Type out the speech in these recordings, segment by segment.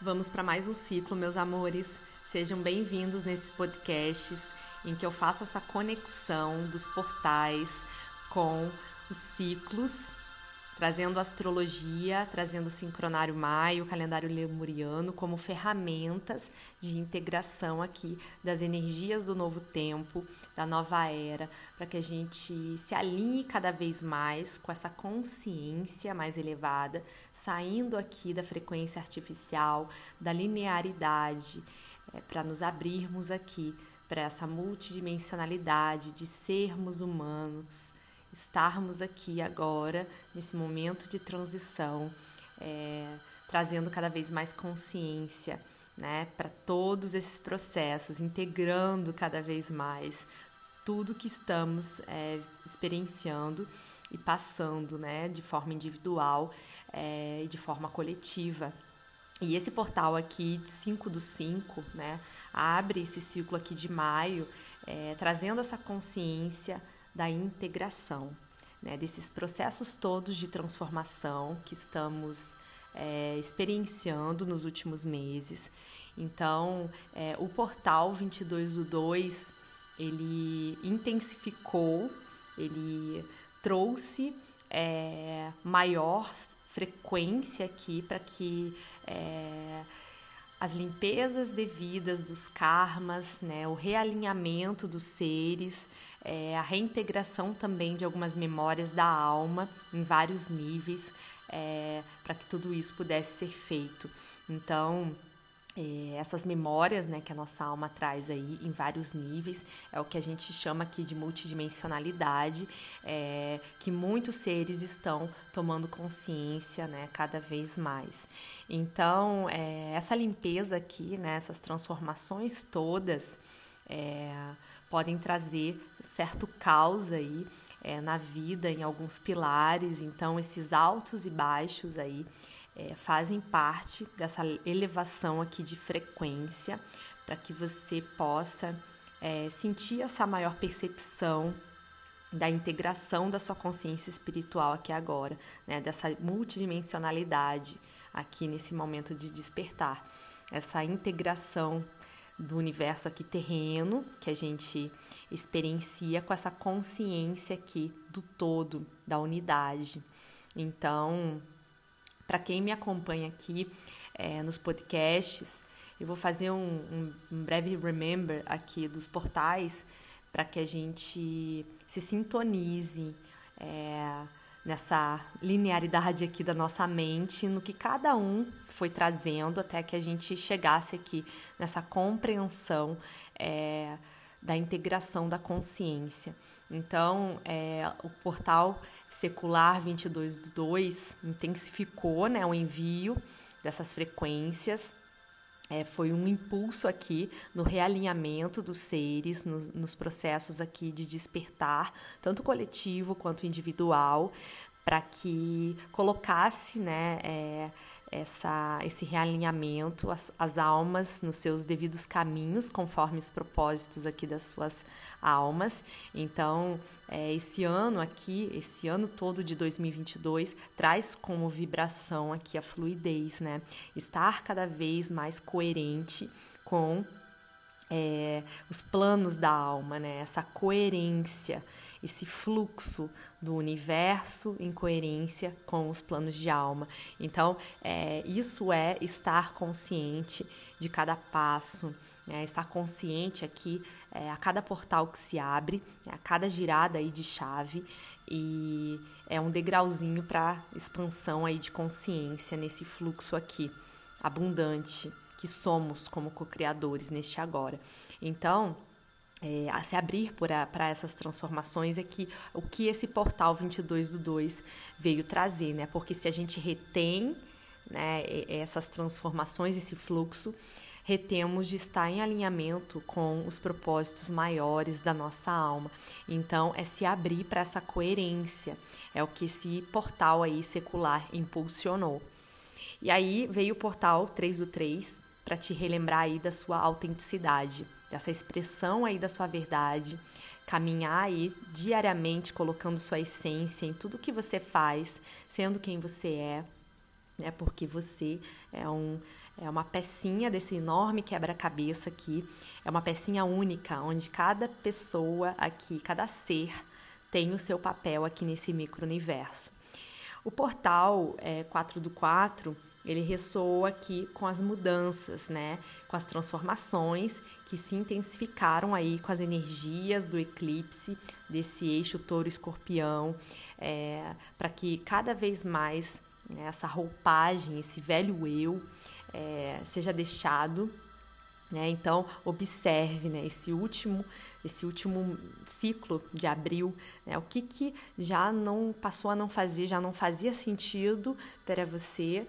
Vamos para mais um ciclo, meus amores. Sejam bem-vindos nesses podcasts em que eu faço essa conexão dos portais com os ciclos, trazendo astrologia, trazendo o sincronário maio, o calendário lemuriano como ferramentas de integração aqui das energias do novo tempo, da nova era, para que a gente se alinhe cada vez mais com essa consciência mais elevada, saindo aqui da frequência artificial, da linearidade, para nos abrirmos aqui para essa multidimensionalidade de sermos humanos, estarmos aqui agora, nesse momento de transição, trazendo cada vez mais consciência, né, para todos esses processos, integrando cada vez mais tudo que estamos experienciando e passando, né, de forma individual e de forma coletiva. E esse portal aqui, 5/5, né, abre esse ciclo aqui de maio, trazendo essa consciência da integração, né, desses processos todos de transformação que estamos experienciando nos últimos meses. Então, o portal 22/2, ele intensificou, ele trouxe maior frequência aqui para que as limpezas devidas dos karmas, né, o realinhamento dos seres, a reintegração também de algumas memórias da alma em vários níveis, para que tudo isso pudesse ser feito. Então, essas memórias, né, que a nossa alma traz aí em vários níveis, é o que a gente chama aqui de multidimensionalidade, que muitos seres estão tomando consciência, né, cada vez mais. Então, essa limpeza aqui, né, essas transformações todas podem trazer certo caos aí na vida, em alguns pilares. Então, esses altos e baixos aí fazem parte dessa elevação aqui de frequência, para que você possa sentir essa maior percepção da integração da sua consciência espiritual aqui agora, né? Dessa multidimensionalidade aqui nesse momento de despertar, essa integração do universo aqui terreno, que a gente experiencia com essa consciência aqui do todo, da unidade. Então, para quem me acompanha aqui nos podcasts, eu vou fazer um breve remember aqui dos portais para que a gente se sintonize nessa linearidade aqui da nossa mente, no que cada um foi trazendo até que a gente chegasse aqui nessa compreensão da integração da consciência. Então, o portal secular 22/2 intensificou, né, o envio dessas frequências. Foi um impulso aqui no realinhamento dos seres, nos processos aqui de despertar, tanto coletivo quanto individual, para que colocasse, né, esse realinhamento, as almas nos seus devidos caminhos, conforme os propósitos aqui das suas almas. Então, esse ano aqui, esse ano todo de 2022, traz como vibração aqui a fluidez, né? Estar cada vez mais coerente com os planos da alma, né? Essa coerência, esse fluxo do universo em coerência com os planos de alma. Então, isso é estar consciente de cada passo, estar consciente aqui a cada portal que se abre, a cada girada aí de chave, e é um degrauzinho para expansão aí de consciência nesse fluxo aqui abundante que somos como co-criadores neste agora. Então, a se abrir para essas transformações é o que esse portal 22/2 veio trazer, né? Porque se a gente retém, né, essas transformações, esse fluxo, retemos de estar em alinhamento com os propósitos maiores da nossa alma. Então, é se abrir para essa coerência, é o que esse portal aí secular impulsionou. E aí veio o portal 3/3 para te relembrar aí da sua autenticidade, dessa expressão aí da sua verdade, caminhar aí diariamente colocando sua essência em tudo que você faz, sendo quem você é, né? Porque você é uma pecinha desse enorme quebra-cabeça aqui, é uma pecinha única, onde cada pessoa aqui, cada ser, tem o seu papel aqui nesse micro-universo. O portal 4 do 4, ele ressoa aqui com as mudanças, né? Com as transformações que se intensificaram aí com as energias do eclipse, desse eixo touro-escorpião, para que cada vez mais, né, essa roupagem, esse velho eu, seja deixado, né? Então, observe, né, esse último ciclo de abril, né, o que já não passou a não fazer, já não fazia sentido para você,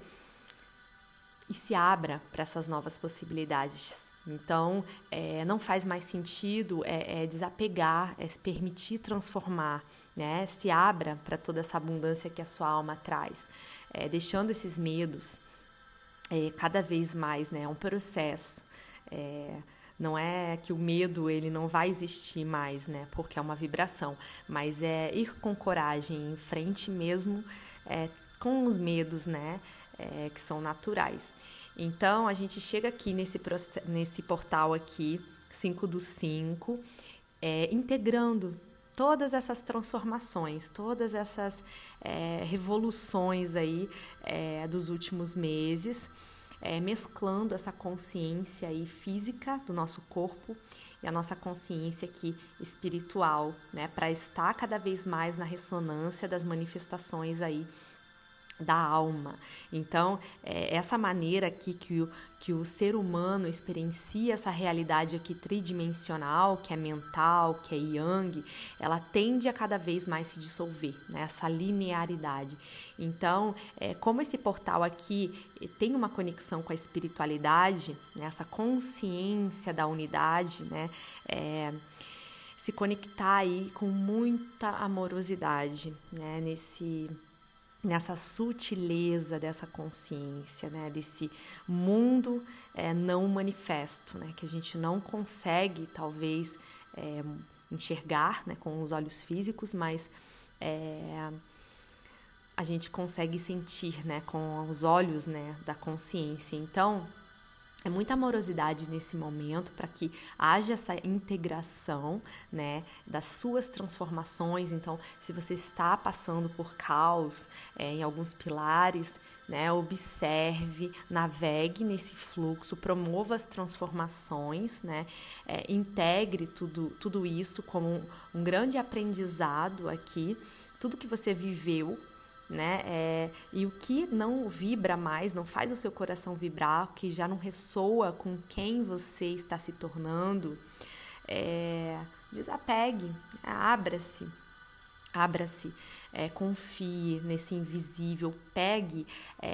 e se abra para essas novas possibilidades. Então, não faz mais sentido desapegar, se permitir transformar, né? Se abra para toda essa abundância que a sua alma traz, deixando esses medos cada vez mais, né? É um processo. Não é que o medo ele não vai existir mais, né? Porque é uma vibração, mas é ir com coragem em frente mesmo, com os medos, né? Que são naturais. Então, a gente chega aqui nesse portal aqui, 5 do 5, integrando todas essas transformações, todas essas revoluções aí dos últimos meses, mesclando essa consciência aí física do nosso corpo e a nossa consciência aqui espiritual, né, para estar cada vez mais na ressonância das manifestações aí da alma. Então, essa maneira aqui que o ser humano experiencia essa realidade aqui tridimensional, que é mental, que é yang, ela tende a cada vez mais se dissolver, né? Essa linearidade. Então, como esse portal aqui tem uma conexão com a espiritualidade, né? Essa consciência da unidade, né? Se conectar aí com muita amorosidade, né? Nessa sutileza dessa consciência, né, desse mundo não manifesto, né, que a gente não consegue, talvez, enxergar, né, com os olhos físicos, mas a gente consegue sentir, né, com os olhos, né, da consciência. Então, é muita amorosidade nesse momento para que haja essa integração, né, das suas transformações. Então, se você está passando por caos em alguns pilares, né, observe, navegue nesse fluxo, promova as transformações, né, integre tudo isso como um grande aprendizado aqui, tudo que você viveu, né? E o que não vibra mais, não faz o seu coração vibrar, o que já não ressoa com quem você está se tornando, desapegue, abra-se, confie nesse invisível, pegue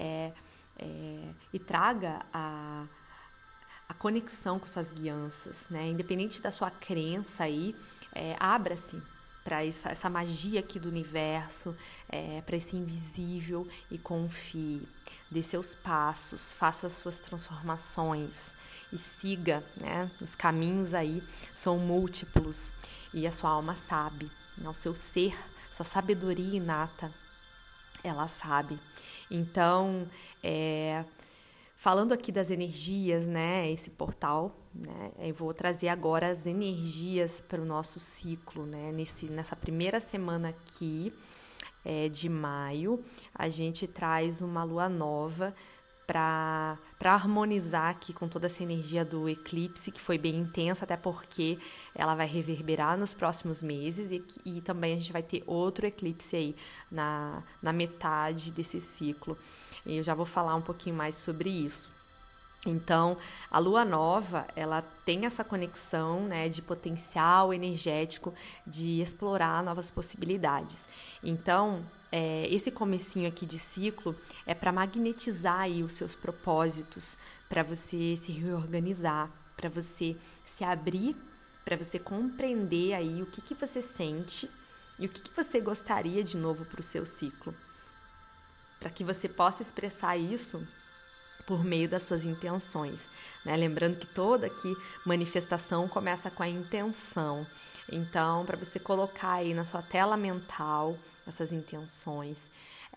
e traga a conexão com suas guianças, né? Independente da sua crença aí, abra-se para essa magia aqui do universo, para esse invisível, e confie, dê seus passos, faça as suas transformações e siga, né? Os caminhos aí são múltiplos e a sua alma sabe, né? O seu ser, sua sabedoria inata, ela sabe. Então, falando aqui das energias, né, esse portal, né, eu vou trazer agora as energias para o nosso ciclo, né, nessa primeira semana aqui de maio, a gente traz uma lua nova para harmonizar aqui com toda essa energia do eclipse, que foi bem intensa, até porque ela vai reverberar nos próximos meses e também a gente vai ter outro eclipse aí na metade desse ciclo. Eu já vou falar um pouquinho mais sobre isso. Então, a lua nova, ela tem essa conexão, né, de potencial energético, de explorar novas possibilidades. Então, esse comecinho aqui de ciclo é para magnetizar aí os seus propósitos, para você se reorganizar, para você se abrir, para você compreender aí o que você sente e o que você gostaria de novo para o seu ciclo, para que você possa expressar isso por meio das suas intenções, né? Lembrando que toda aqui manifestação começa com a intenção. Então, para você colocar aí na sua tela mental essas intenções,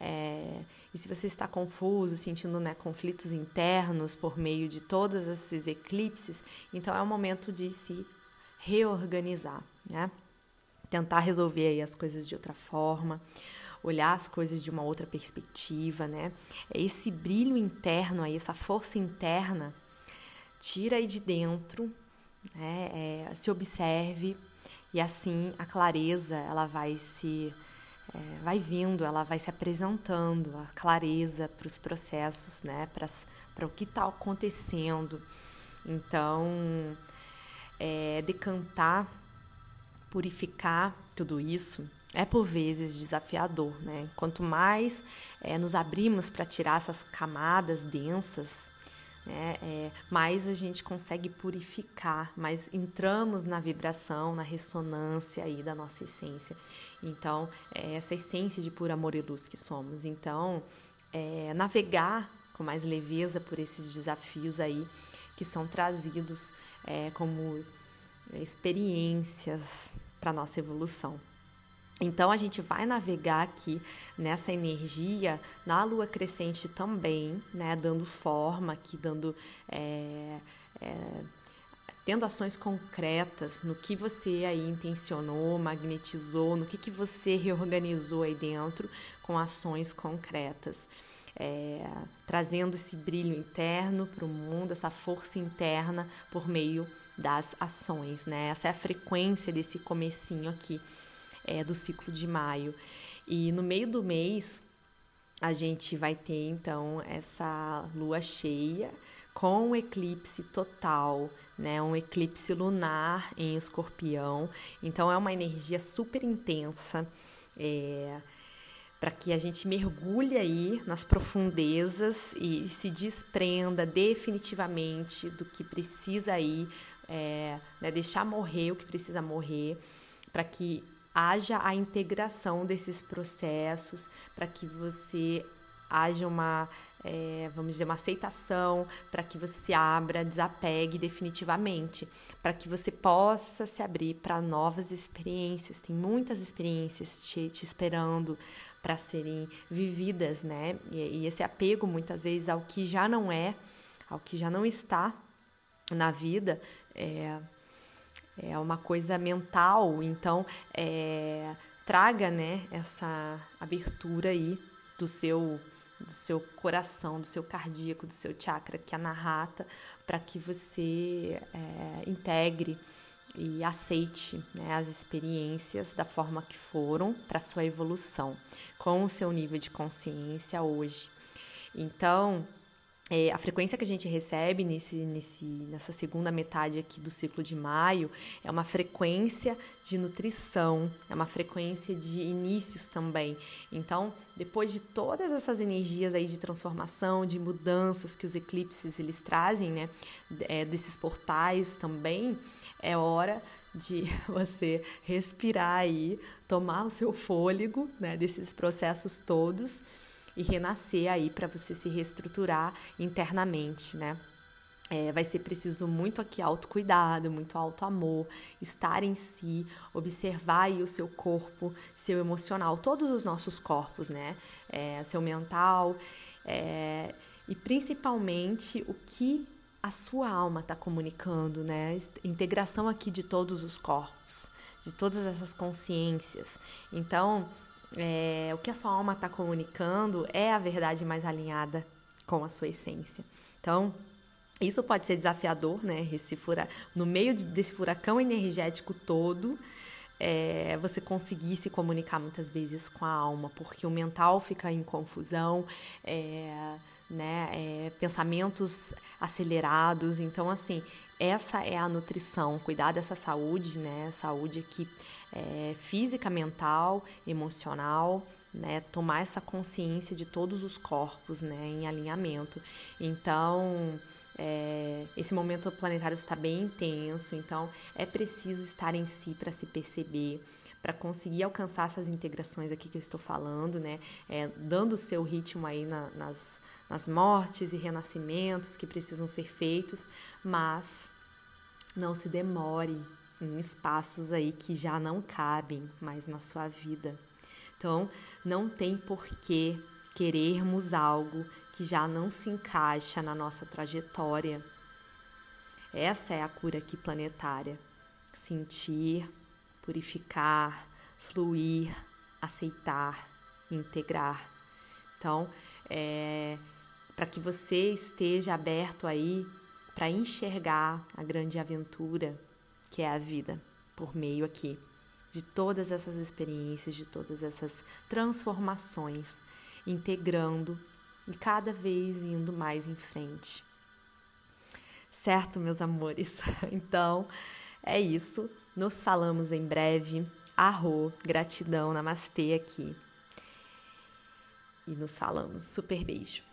E se você está confuso, sentindo, né, conflitos internos por meio de todos esses eclipses, então é o momento de se reorganizar, né? Tentar resolver aí as coisas de outra forma, olhar as coisas de uma outra perspectiva, né? Esse brilho interno aí, essa força interna, tira aí de dentro, né? Se observe, e assim a clareza ela vai vindo, ela vai se apresentando, a clareza para os processos, né? Para o que está acontecendo. Então, decantar, purificar tudo isso é por vezes desafiador, né? Quanto mais nos abrimos para tirar essas camadas densas, né, mais a gente consegue purificar, mais entramos na vibração, na ressonância aí da nossa essência. Então, essa essência de puro amor e luz que somos. Então, navegar com mais leveza por esses desafios aí que são trazidos como experiências para a nossa evolução. Então, a gente vai navegar aqui nessa energia, na lua crescente também, né, dando forma aqui, tendo ações concretas no que você aí intencionou, magnetizou, no que você reorganizou aí dentro com ações concretas. Trazendo esse brilho interno para o mundo, essa força interna por meio das ações, né? Essa é a frequência desse comecinho aqui do ciclo de maio. E no meio do mês a gente vai ter então essa lua cheia com um eclipse total, né? Um eclipse lunar em Escorpião. Então é uma energia super intensa, para que a gente mergulhe aí nas profundezas e se desprenda definitivamente do que precisa aí, né? Deixar morrer o que precisa morrer, para que haja a integração desses processos, para que você haja uma, vamos dizer, uma aceitação, para que você se abra, desapegue definitivamente, para que você possa se abrir para novas experiências. Tem muitas experiências te esperando para serem vividas, né? E esse apego, muitas vezes, ao que já não é, ao que já não está na vida, é uma coisa mental. Então, traga, né, essa abertura aí do seu coração, do seu cardíaco, do seu chakra, que é a Anahata, para que você integre e aceite, né, as experiências da forma que foram para a sua evolução, com o seu nível de consciência hoje. Então, a frequência que a gente recebe nessa segunda metade aqui do ciclo de maio é uma frequência de nutrição, é uma frequência de inícios também. Então, depois de todas essas energias aí de transformação, de mudanças que os eclipses eles trazem, né, desses portais também, é hora de você respirar aí, tomar o seu fôlego, né, desses processos todos, e renascer aí para você se reestruturar internamente, né? Vai ser preciso muito aqui autocuidado, muito autoamor, estar em si, observar aí o seu corpo, seu emocional, todos os nossos corpos, né? Seu mental, e principalmente o que a sua alma está comunicando, né? Integração aqui de todos os corpos, de todas essas consciências. Então, o que a sua alma está comunicando é a verdade mais alinhada com a sua essência. Então, isso pode ser desafiador, né? No meio desse furacão energético todo, você conseguir se comunicar muitas vezes com a alma, porque o mental fica em confusão, né? Pensamentos acelerados. Então, assim, essa é a nutrição, cuidar dessa saúde, né? Saúde aqui física, mental, emocional, né? Tomar essa consciência de todos os corpos, né? Em alinhamento. Então, esse momento planetário está bem intenso, então é preciso estar em si para se perceber, para conseguir alcançar essas integrações aqui que eu estou falando, né? Dando o seu ritmo aí nas mortes e renascimentos que precisam ser feitos, mas não se demore em espaços aí que já não cabem mais na sua vida. Então, não tem porquê querermos algo que já não se encaixa na nossa trajetória. Essa é a cura aqui planetária. Sentir, purificar, fluir, aceitar, integrar. Então, para que você esteja aberto aí para enxergar a grande aventura que é a vida, por meio aqui de todas essas experiências, de todas essas transformações, integrando e cada vez indo mais em frente. Certo, meus amores? Então, é isso. Nos falamos em breve. Arro, gratidão, namastê aqui. E nos falamos. Super beijo.